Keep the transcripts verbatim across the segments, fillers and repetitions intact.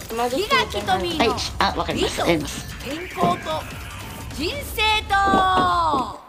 檜垣トミーのあ、わかりました。やります。 健康と人生と。 はい、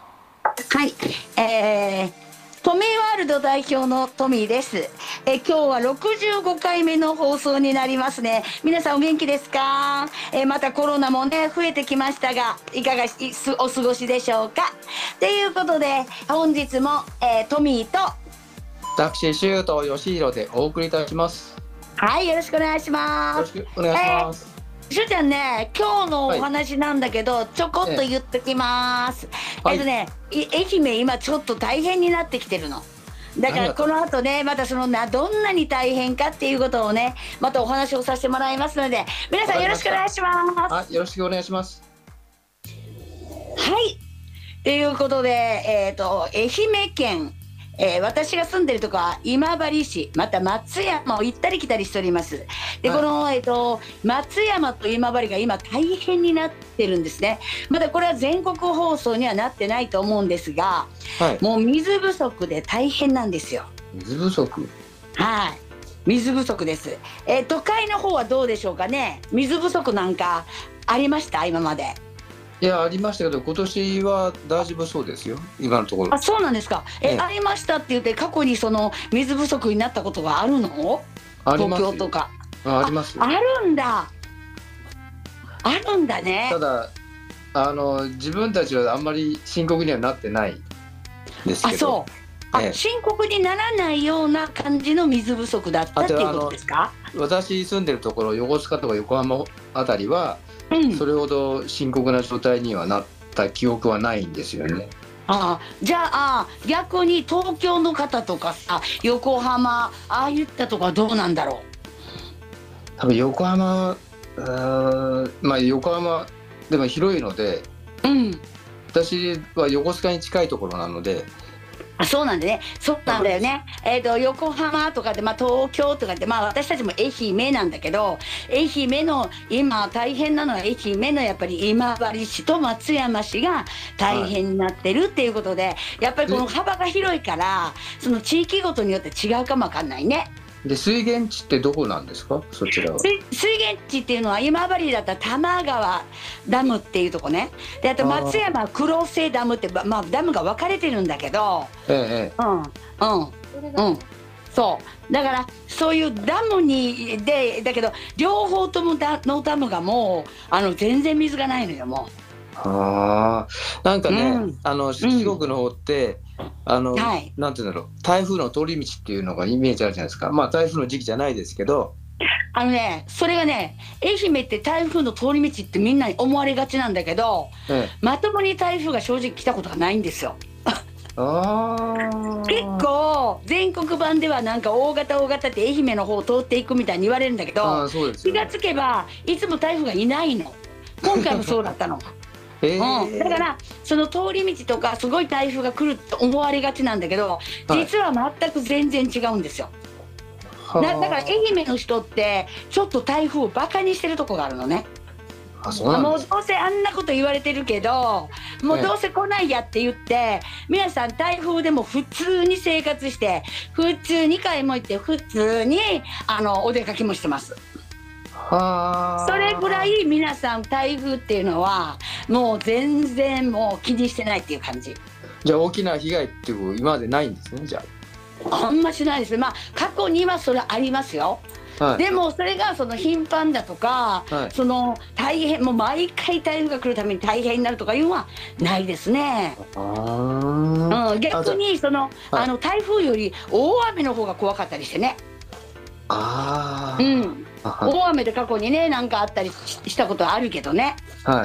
えー、トミーワールド代表のトミーです。えー、今日はろくじゅうごかいめの放送になりますね。皆さんお元気ですか？えー、またコロナもね増えてきましたが、いかがお過ごしでしょうか？ということで本日も、えー、トミーと私シュート吉弘でお送りいたします。 はい、よろしくお願いします。 よろしくお願いします。 えー、しゅうちゃんね、今日のお話なんだけど、はい、ちょこっと言っときます。えー、えっとね、愛媛今ちょっと大変になってきてるの。だからこの後ね、またそのなどんなに大変かっていうことをね、またお話をさせてもらいますので、皆さんよろしくお願いします。 はい、よろしくお願いします。 はい、ということで、えっと愛媛県、えー、私が住んでるとこは今治市、また松山を行ったり来たりしております。で、はい、この、えー、と松山と今治が今大変になってるんですね。まだこれは全国放送にはなってないと思うんですが、はい、もう水不足で大変なんですよ。 水不足？ はい、水不足です。えー、都会の方はどうでしょうかね。水不足なんかありました今まで？ いや、ありましたけど、今年は大丈夫そうですよ、今のところ。 あ、そうなんですか。え、えありましたって言って過去にその水不足になったことがあるの？ ありますよ。 東京とか。 あ、ありますよ。 あるんだ。あるんだね。 ただあの自分たちはあんまり深刻にはなってないですけど。あ、 そう。あ、ええ、深刻にならないような感じの水不足だったっていうことですか？ 私住んでるところ、横須賀とか横浜あたりは、うん、それほど深刻な状態にはなった記憶はないんですよね。 ああ、じゃあ逆に東京の方とかさ、横浜ああいったとかどうなんだろう？ 多分横浜、あ、まあ横浜でも広いので、うん、私は横須賀に近いところなので。 あ、そうなんでね、そうなんだよね。えーと、横浜とかで、まあ、東京とかで、まあ、私たちも愛媛なんだけど、愛媛の今大変なのは愛媛のやっぱり今治市と松山市が大変になってるっていうことで、はい、やっぱりこの幅が広いからその地域ごとによって違うかもわかんないね。 で、水源地ってどこなんですか、そちらは？ 水, 水源地っていうのは今治だったら多摩川ダムっていうとこね。で、あと松山は黒瀬ダムって、まあ、ダムが分かれてるんだけど、ええ、うんうんうん、そうだからそういうダムにでだけど両方ともダのダムがもうあの全然水がないのよ、もう。 ああ、なんかね、うん、あの四国の方って、うん、あの、はい、なんていうんだろう、台風の通り道っていうのがイメージあるじゃないですか。まあ台風の時期じゃないですけど、 あのね、それがね、愛媛って台風の通り道ってみんなに思われがちなんだけど、ええ、まともに台風が正直来たことがないんですよ。あ結構全国版ではなんか大型大型って愛媛の方を通っていくみたいに言われるんだけど、ね、気がつけばいつも台風がいないの。今回もそうだったの。えーうん、だからその通り道とかすごい台風が来ると思われがちなんだけど、実は全く全然違うんですよ。だ, だから愛媛の人ってちょっと台風をバカにしてるとこがあるのね。 あ、そうなんですか。 もうどうせあんなこと言われてるけど、もうどうせ来ないやって言って、ね、皆さん台風でも普通に生活して普通にかいも行って普通にあのお出かけもしてます。はそれぐらい皆さん台風っていうのはもう全然もう気にしてないっていう感じ。 じゃあ大きな被害っていう今までないんですね。じゃああんましないですね。まあ過去にはそれありますよ。はい、でもそれがその頻繁だとか、はい、その大変もう毎回台風が来るために大変になるとかいうのはないですね。あ、うん、逆にその、はい、あの台風より大雨の方が怖かったりしてね。あ、うん、大雨で過去にねなんかあったりしたことはあるけどね。はい、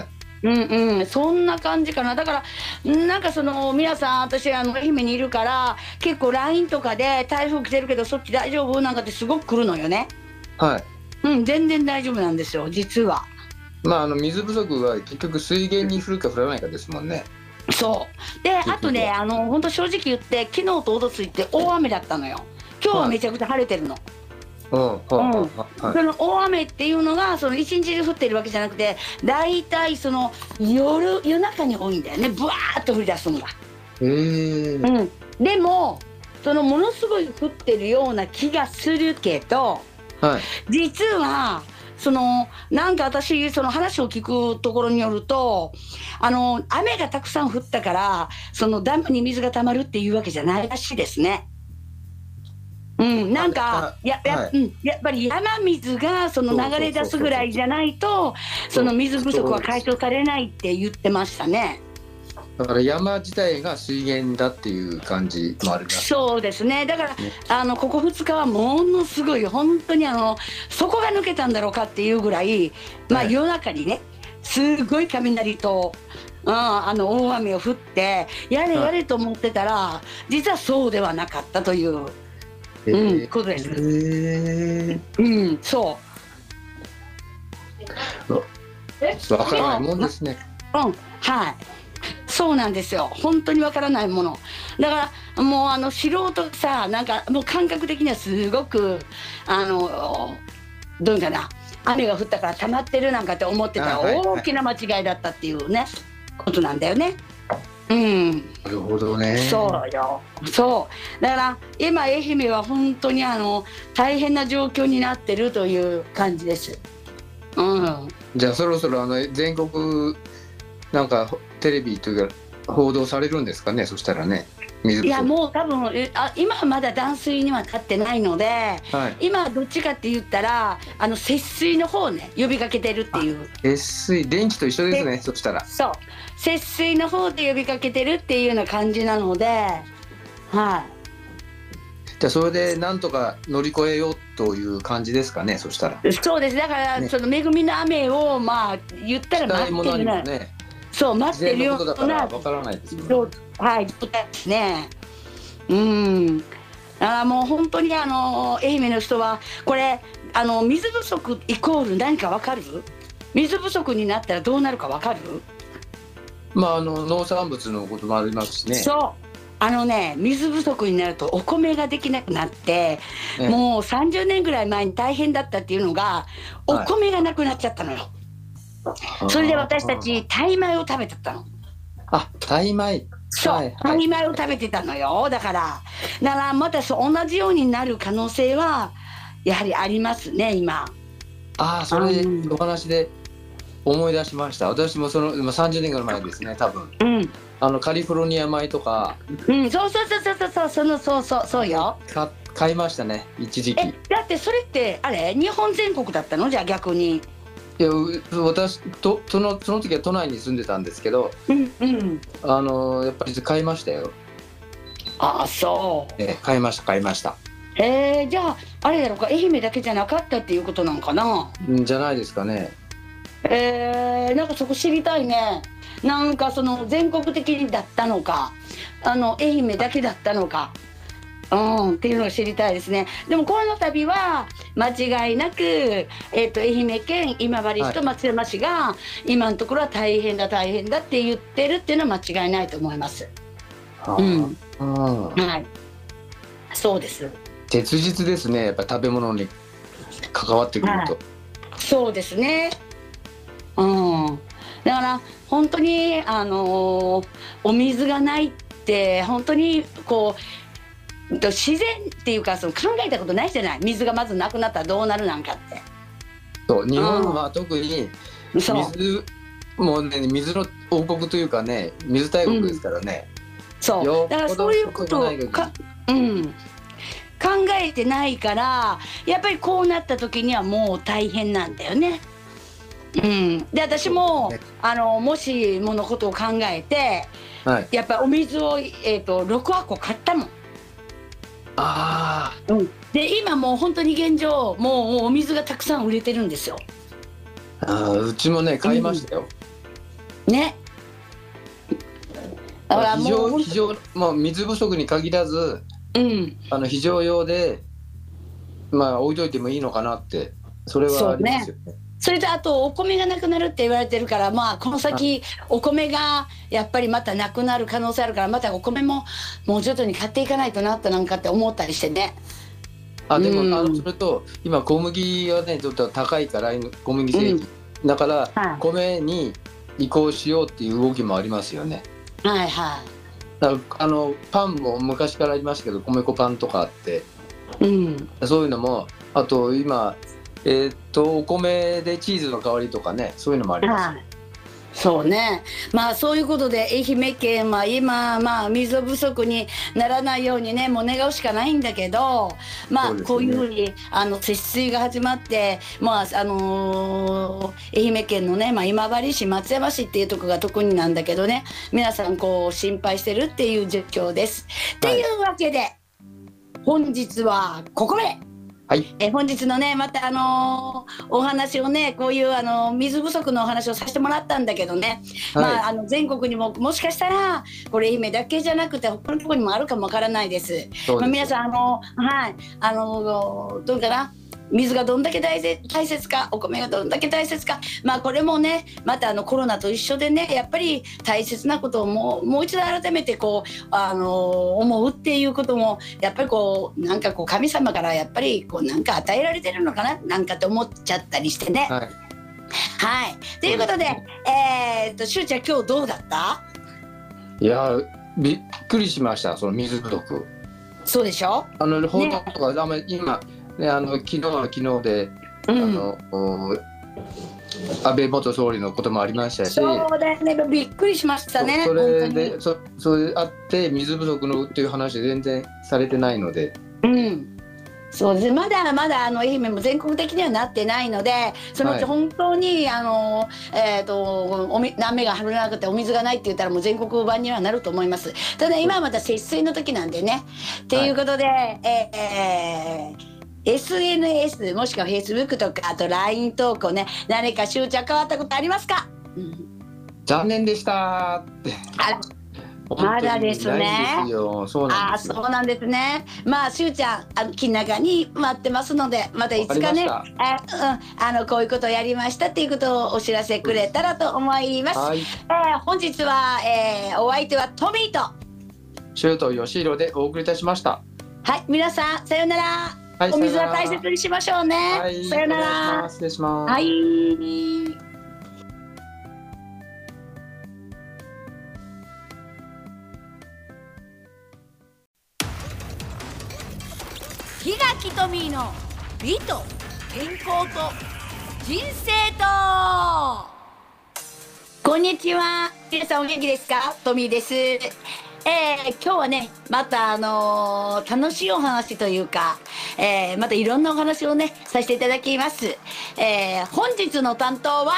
うんうん、そんな感じかな。だからなんかその皆さん、私あの愛媛にいるから結構 ライン とかで台風来てるけどそっち大丈夫なんかってすごく来るのよね。はい、うん、全然大丈夫なんですよ実は。 まああの水不足は結局水源に降るか降らないかですもんね。 そうで、あとね、あの本当正直言って昨日とおとついって大雨だったのよ。今日はめちゃくちゃ晴れてるの。はい、うんうん、その大雨っていうのがその一日中降ってるわけじゃなくて、だいたいその夜夜中に多いんだよね、ブワーッと降り出すのが。へー、うん、でもそのものすごい降ってるような気がするけど、はい、実はそのなんか私その話を聞くところによると、あの雨がたくさん降ったからそのダムに水が溜まるっていうわけじゃないらしいですね。うん、なんかやや、はい、うん、やっぱり山水がその流れ出すぐらいじゃないとその水不足は解消されないって言ってましたね。 だから山自体が水源だっていう感じもあります。 そうですね。だから、ね、あのここふつかはものすごい本当にあの底が抜けたんだろうかっていうぐらい、まあ、夜中にねすごい雷と、うん、あの大雨を降ってやれやれと思ってたら、はい、実はそうではなかったという、えーうん、ことです。えー、うん、そう。 わからないもんですね。 うん、はい。そうなんですよ。本当にわからないもの。だからもうあの素人さ、なんかもう感覚的にはすごくあのどういうかな、雨が降ったから溜まってるなんかって思ってたら大きな間違いだったっていうね、ことなんだよね。うん。 なるほどね。 そうよ。そう。だから今愛媛は本当にあの大変な状況になってるという感じです。うん。 じゃあそろそろあの全国なんかテレビというか報道されるんですかね。そしたらね、 水いやもう多分あ今はまだ断水には立ってないので、はい、今はどっちかって言ったらあの節水の方ね呼びかけてるっていう。 節水、電気と一緒ですね。そしたらそう節水の方で呼びかけてるっていうような感じなので、はい。 じゃあそれでなんとか乗り越えようという感じですかね。そしたらそうです。だから、ね、その恵みの雨をまあ言ったら待ってるね。そう待ってるようなわからないですよね。 はいそうですね。うんだからもう本当にあの愛媛の人はこれあの水不足イコール何かわかる？水不足になったらどうなるかわかる？ まああの農産物のこともありますしね。 そうあのね水不足になるとお米ができなくなって、ね、もうさんじゅうねんぐらい前に大変だったっていうのがお米がなくなっちゃったのよ。はい、それで私たちタイ米を食べてたの。 あ、タイ米。 そう、はい、タイ米を食べてたのよ。だからだからまたそう同じようになる可能性はやはりありますね今。 ああ、それでお話で思い出しました。私もそのさんじゅうねんぐらい前ですね多分、うん、あのカリフォルニア米とか、 うん、そうそうそうそうそうそのそうそうそうよ。 か買いましたね一時期。 えだってそれってあれ日本全国だったの？じゃあ逆に。 いや私とそのその時は都内に住んでたんですけど、うんうん、あのやっぱり買いましたよ。 ああそう。 え買いました買いました。 えー、じゃああれだろうか愛媛だけじゃなかったっていうことなのかな？ んじゃないですかね。 えー、なんかそこ知りたいね。なんかその全国的にだったのかあの愛媛だけだったのか。うん、っていうのを知りたいですね。でもこの度は間違いなく、えー、と愛媛県今治市と松山市が今のところは大変だ大変だって言ってるっていうのは間違いないと思います。うん、はい、そうです。 切実ですね。やっぱ食べ物に関わってくると、はい、 そうですね。うん、だから本当にあのー、お水がないって本当にこう自然っていうかその考えたことないじゃない。水がまずなくなったらどうなるなんかって。 そう日本は特に水もうね水の王国というかね水大国ですからね、 うん、そうだからそういうことをか、うん、考えてないからやっぱりこうなった時にはもう大変なんだよね。うん、で私も、ね、あのもしものことを考えて、はい、やっぱりお水を、えーと、ろくはこ買ったもん。 あうん、で今もう本当に現状もうお水がたくさん売れてるんですよ。 あうちもね買いましたよ、 うん、ねだからもう非常、まあ、水不足に限らず、うん、あの非常用でまあ置いといてもいいのかなってそれはありますよね。 それとあとお米がなくなるって言われてるからまあこの先お米がやっぱりまたなくなる可能性あるからまたお米ももう徐々に買っていかないとなってなんかって思ったりしてね。 あでも、うん、あのそれと今小麦はねちょっと高いから小麦製品、うん、だから米に移行しようっていう動きもありますよね。 はいはい。 だからあのパンも昔からありましたけど米粉パンとかあって、うん、そういうのもあと今えー、っとお米でチーズの代わりとかね、そういうのもあります。 そうね、まあそういうことで愛媛県は今、まあ、水不足にならないようにね、もう願うしかないんだけど、まあ、ね、こういうふうにあの節水が始まって、まああのー、愛媛県のね、まあ、今治市、松山市っていうところが特になんだけどね、皆さんこう心配してるっていう状況です。と、はい、いうわけで本日はここまで。はい、え本日のねまたあのー、お話をねこういうあの水不足のお話をさせてもらったんだけどね、はい、まああの全国にももしかしたらこれ愛媛だけじゃなくて他のところにもあるかもわからないです。です、まあ、皆さんあのはいあのどうかな、水がどんだけ大切か、お米がどんだけ大切か、まあこれもねまたあのコロナと一緒でね、やっぱり大切なことをもうもう一度改めてこうあの思うっていうこともやっぱりこうなんかこう神様からやっぱりこうなんか与えられてるのかななんかって思っちゃったりしてね。はい、はい、ということで、えー、っとしゅうちゃん今日どうだった？いやびっくりしました、その水不足。 そうでしょ。 あの報道とか、ね、あんまり今ね、あの昨日は昨日で、うん、あの安倍元総理のこともありましたし、 そうだよね、びっくりしましたね。 それでそそれあって水不足のっていう話全然されてないので、うん、 そうですね、まだまだあの愛媛も全国的にはなってないので、そのうち本当に、はい、あのえー、とおみ雨が降らなくてお水がないって言ったらもう全国版にはなると思います。ただ今はまた節水の時なんでね、と、はい、いうことで、えーエスエヌエス もしくは フェイスブック とかあと ライン 投稿ね、何かしゅうちゃん変わったことありますか？うん、 残念でしたって。 あらまだですね。 そうなんです。 あ、そうなんですね。まあしゅうちゃんあの気長に待ってますので、またいつかね、え、うん、あのこういうことをやりましたっていうことをお知らせくれたらと思います。はい、えー、本日は、えー、お相手はトミーとシュート吉弘でお送りいたしました。 はい、皆さんさようなら。はい、お水は大切にしましょうね。はい、さよなら。 失礼します。 はい。 檜垣トミーの美と健康と人生と。 こんにちは。皆さんお元気ですか？トミーです。えー、今日はねまたあのー、楽しいお話というか、えー、またいろんなお話をねさせていただきます。えー、本日の担当は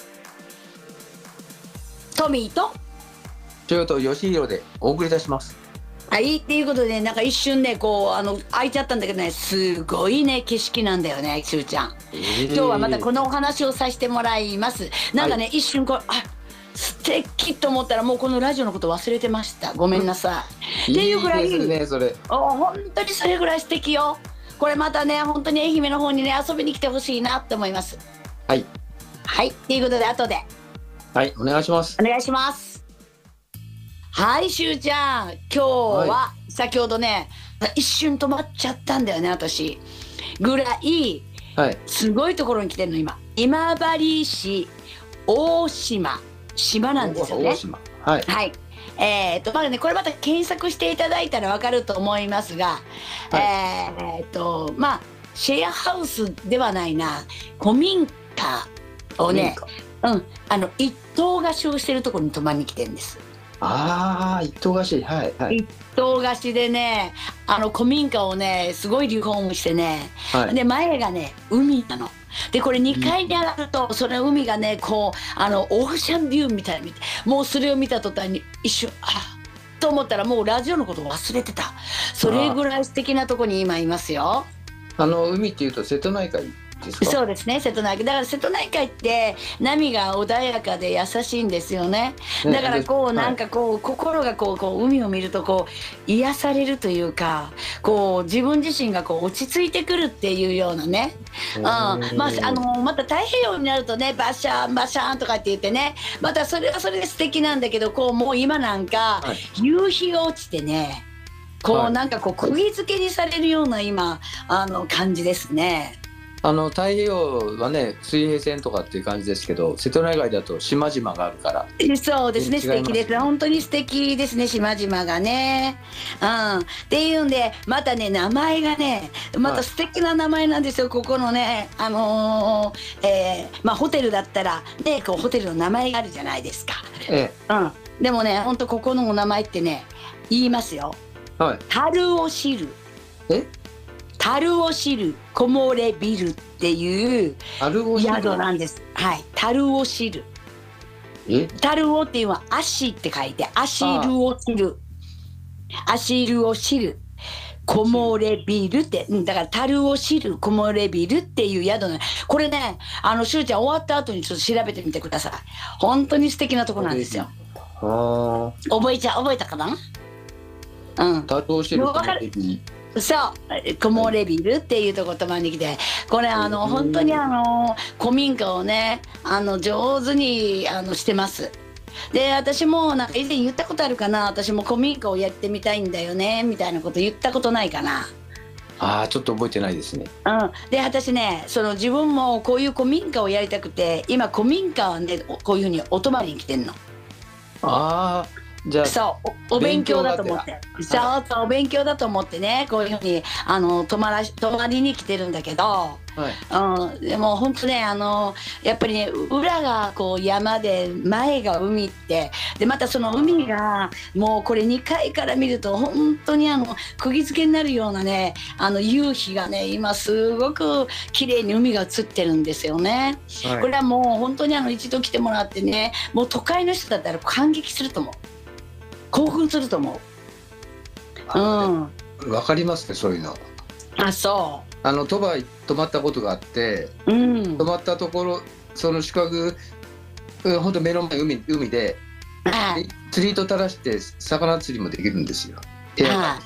トミーとシュート吉弘でお送りいたします。 はい、っていうことでなんか一瞬ねこうあの開いちゃったんだけどね、すごいね景色なんだよねしゅうちゃん、えー、今日はまたこのお話をさせてもらいます。なんかね、はい、一瞬こうあ素敵と思ったらもうこのラジオのこと忘れてました。ごめんなさい。っていうぐらい、 いいですねそれ。 お本当にそれぐらい素敵よ。これまたね本当に愛媛の方にね遊びに来てほしいなって思います。 はいはい、っていうことで後ではいお願いします。 お願いします。はい、しゅうちゃん今日は先ほどね、はい、一瞬止まっちゃったんだよね私ぐらい、はい、すごいところに来てるの今。今治市大島島なんですよね。はい、はい、えー、っとまだねこれまた検索していただいたらわかると思いますが、はい、えー、っとまあシェアハウスではないな古民家をね、うんあの一棟貸しをしてるところに泊まりに来てるんです。 ああ一棟貸し、はいはい、 一棟貸しでねあの古民家をねすごいリフォームしてね、はい、で前がね海なの。でこれにかいに上がるとその海がねこうあのオーシャンビューみたいにもうそれを見た途端に一瞬あっと思ったらもうラジオのことを忘れてた。それぐらい素敵なとこに今いますよ。 あの海っていうと瀬戸内海ですか？ そうですね瀬戸内海だから瀬戸内海って波が穏やかで優しいんですよね。だからこうなんかこう心がこうこう海を見るとこう癒されるというかこう自分自身がこう落ち着いてくるっていうようなね、うん、まああのまた太平洋になるとねバシャンバシャンとかって言ってねまたそれはそれで素敵なんだけどこうもう今なんか夕日が落ちてねこうなんかこう釘付けにされるような今あの感じですね。 あの太平洋はね水平線とかっていう感じですけど、瀬戸内海だと島々があるから。 そうですね、素敵です。本当に素敵ですね、島々がね。うん、っていうんでまたね名前がねまた素敵な名前なんですよ、はい、ここのねあのー、えー、まあホテルだったらねこうホテルの名前があるじゃないですか。ええ、うん、でもね本当ここのお名前ってね言いますよ。はい。樽を知る。え？樽を知る木漏れビルっていう宿なんです。はい、樽を知る。え？樽をっていうのは足って書いて足るを知る。足るを知る。木漏れビルって、うん、だから樽を知る木漏れビルっていう宿なの。これね、あのしゅうちゃん終わった後にちょっと調べてみてください。本当に素敵なとこなんですよ。ああ。覚えちゃ覚えたかな？うん。樽を知る木漏れビル。そう木漏れビルっていうとこ泊まりに来て、これあの本当にあの古民家をねあの上手にあのしてます。で私もなんか以前言ったことあるかな、私も古民家をやってみたいんだよねみたいなこと言ったことないかな。 ああちょっと覚えてないですね。 うん、で私ねその自分もこういう古民家をやりたくて今古民家はねこういうふうにお泊まりに来てんの。ああじゃあそうお勉強だと思って、そうそうお勉強だと思ってねこういうふうにあの泊まら泊まりに来てるんだけど、はい、うん、でも本当ねあのやっぱりね裏がこう山で前が海ってでまたその海がもうこれにかいから見ると本当にあの釘付けになるようなねあの夕日がね今すごく綺麗に海が映ってるんですよね、はい、これはもう本当にあの一度来てもらってねもう都会の人だったら感激すると思う。興奮すると思う。うん。 わかりますね、そういうの。 あ、そう。 あの鳥羽泊まったことがあって、うん、泊まったところその宿泊、うん、ほんと目の前海海で、はい、釣り糸垂らして魚釣りもできるんですよ。はい、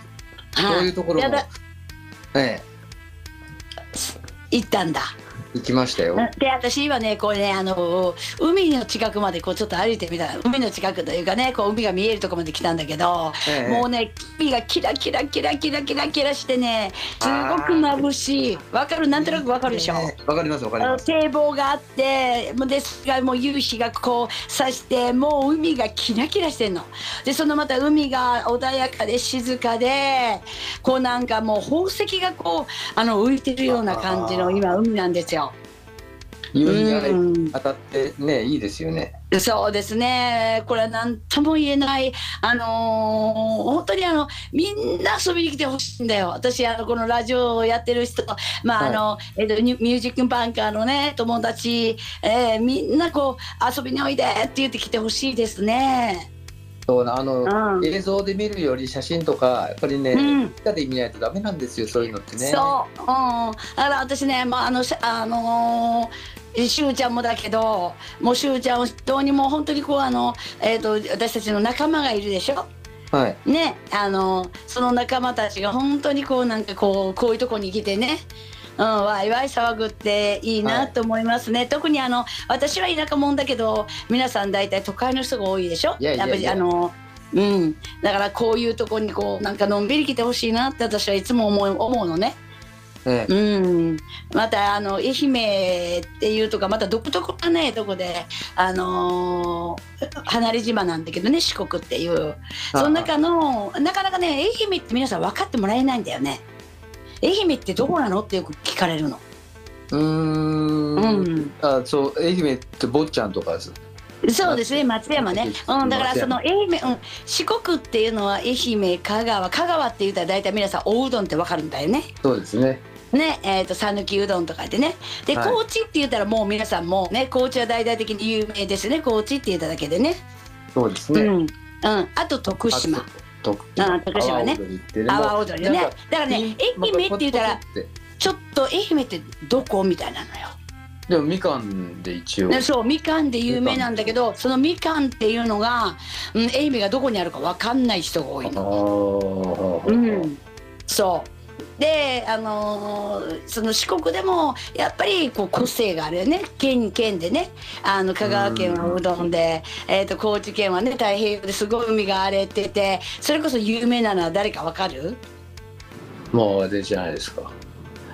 そういうところも、ええ、 行ったんだ。 行きましたよ。 で私はねこれねあの海の近くまでこうちょっと歩いてみたら海の近くというかねこう海が見えるところまで来たんだけど、ええ、もうね海がキラキラキラキラキラキラしてねすごく眩しい。わかる？なんとなくわかるでしょ？わ、 えー、かりますわかります。 堤防があってもうですがもう夕日がこう差してもう海がキラキラしてんの。でそのまた海が穏やかで静かでこうなんかもう宝石がこうあの浮いてるような感じの今海なんですよ。 夕日が当たってね、うん、いいですよね。 そうですね。これは何とも言えないあのー、本当にあのみんな遊びに来てほしいんだよ。私あのこのラジオをやってる人まああの、はい、えっとミュージックバンカーのね友達、えー、みんなこう遊びにおいでって言って来てほしいですね。 そうあの、うん、映像で見るより写真とかやっぱりね、うん、で見ないとダメなんですよそういうのってね。 そう、うん、だから私ね、まああのあのー、しゅうちゃんもだけどもうしゅうちゃんをどうにも本当にこうあの、えー、と私たちの仲間がいるでしょ。はい、ねあのその仲間たちが本当にこうなんかこうこういうとこに来てね。うん、ワイワイ騒ぐっていいなと思いますね、はい、特にあの私は田舎者だけど皆さん大体都会の人が多いでしょ。いやいやいややっぱりあの、うん、だからこういうとこにこうなんかのんびり来てほしいなって私はいつも思う、思うのね、ええ、うん、またあの愛媛っていうとかまた独特なねとこで、あのー、離れ島なんだけどね四国っていうその中のなかなかね愛媛って皆さん分かってもらえないんだよね。愛媛ってどこなのってよく聞かれるの。 うーん、うん、あそう愛媛って坊ちゃんとかです。 そうですね松山ね、うん、だからその愛媛、うん、四国っていうのは愛媛香川香川って言ったら大体皆さんおうどんってわかるんだよね。 そうですねねえー、と讃岐うどんとかってねで、はい、高知って言ったらもう皆さんもね高知は大々的に有名ですね高知って言っただけでね。 そうですね、 うんうん、あと徳島徳島ね阿波踊りね。だからね愛媛って言ったらちょっと愛媛ってどこみたいなのよ。 でもみかんで一応そうみかんで有名なんだけどそのみかんっていうのが、うん、愛媛がどこにあるか分かんない人が多いの。うん、そうであのー、その四国でもやっぱりこう個性があるよね。県県でねあの香川県はうどんで、えー、と高知県はね太平洋ですごい海が荒れててそれこそ有名なのは誰か分かる？ もうあれじゃないですか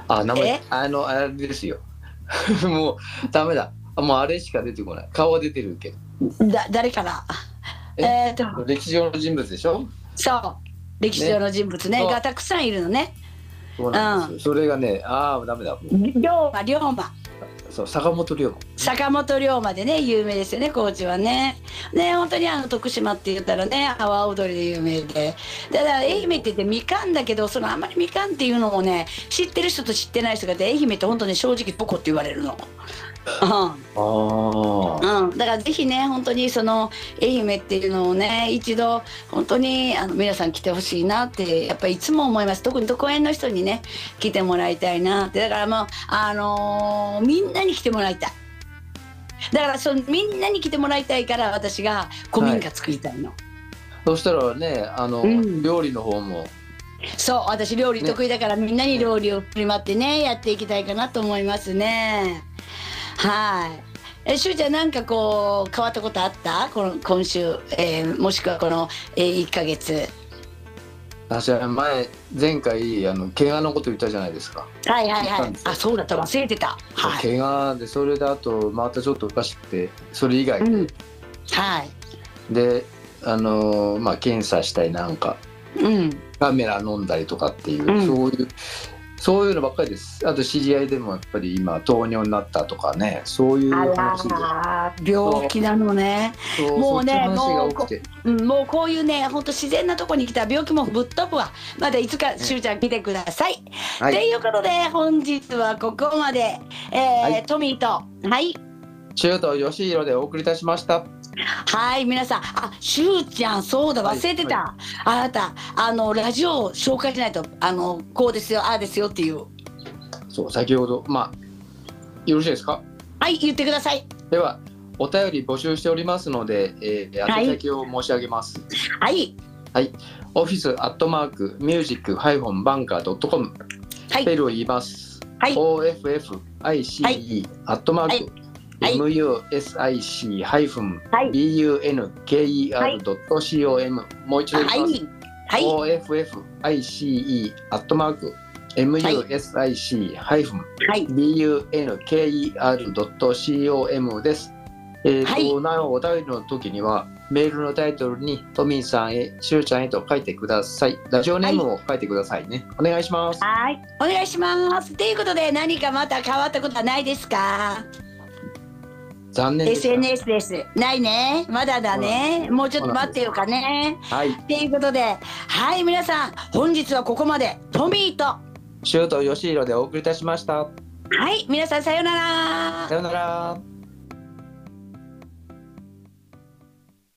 あ、名前、あの、あれですよ。もう、ダメだ。もうあれしか出てこない。顔は出てるけど。だ、誰かな。 えっと、歴史上の人物でしょ。 そう。歴史上の人物ね、ねがたくさんいるのね。 そうなんですよ。うん、それがね、ああ、ダメだ。 龍馬、龍馬。 そう、坂本龍馬。 坂本龍馬でね、有名ですよね、高知はね。ね、本当にあの徳島って言ったらね、阿波踊りで有名で。だから愛媛って言ってみかんだけど、そのあんまりみかんっていうのもね、知ってる人と知ってない人がいて、愛媛って本当に正直ポコって言われるの。うん、あうん、だからぜひね、本当にその愛媛っていうのをね、一度本当にあの皆さん来てほしいなってやっぱりいつも思います。特に都園の人にね来てもらいたいなって。だからもうあのー、みんなに来てもらいたい。だからそのみんなに来てもらいたいから私が古民家作りたいの、はい、 そしたらね、あの、うん、料理の方もそう、私料理得意だから、ね、みんなに料理を振り回ってねやっていきたいかなと思いますね。はい。え、しゅうちゃんなんかこう変わったことあった？この今週、えー、もしくはこの、えー、いっかげつ。 私は前前回あの怪我のこと言ったじゃないですか。 はいはいはい。あ、そうだった、忘れてた。 はい、怪我でそれであとまたちょっとおかしくてそれ以外で、うん、 はい。 であのー、まあ検査したりなんか、うん、カメラ飲んだりとかっていう、うん、そういう。そういうのばっかりです。あと知り合いでもやっぱり今糖尿になったとかね、そういう話で。 あら、病気なのね。もうね、もうこ、うん、もうこういうね、本当自然なとこに来たら病気もぶっ飛ぶわ。まだいつかしゅうちゃん来てください。と、はい、いうことで本日はここまで、えーはい、トミーとはいしゅうとよしひろでお送りいたしました。 はい、皆さん、あ、しゅうちゃん、そうだ、忘れてた。はいはい、あなた、あのラジオを紹介しないと、あのこうですよ、ああですよっていう。 そう、先ほど、まあ、よろしいですか。 はい、言ってください。 では、お便り募集しておりますので、えー、宛先を申し上げます。 はい。 はい、オフィスアットマークミュージックハイフンバンカードットコム。スペルを言います。はい。オーエフエフアイシーイー アットマーク。はい、エムユーエスアイシーハイフンビーユーエヌケーイーアールドットコム。もう一度言います。はい、オーエフエフアイシーイー アットマーク エムユーエスアイシーハイフンビーユーエヌケーイーアールドットコム です。えっと、なおお便りの時にはメールのタイトルにトミーさんへ、しゅうちゃんへと書いてください。ラジオネームを書いてくださいね。はい、お願いします。 はい、お願いします。ということで何かまた変わったことはないですか？ 残念でした。 エスエヌエス です。ないね。まだだね。もうちょっと待ってよかね。はい。ということで、はい、皆さん、本日はここまで。トミーとしゅうとよしひろでお送りいたしました。はい、皆さんさようなら。 さようなら。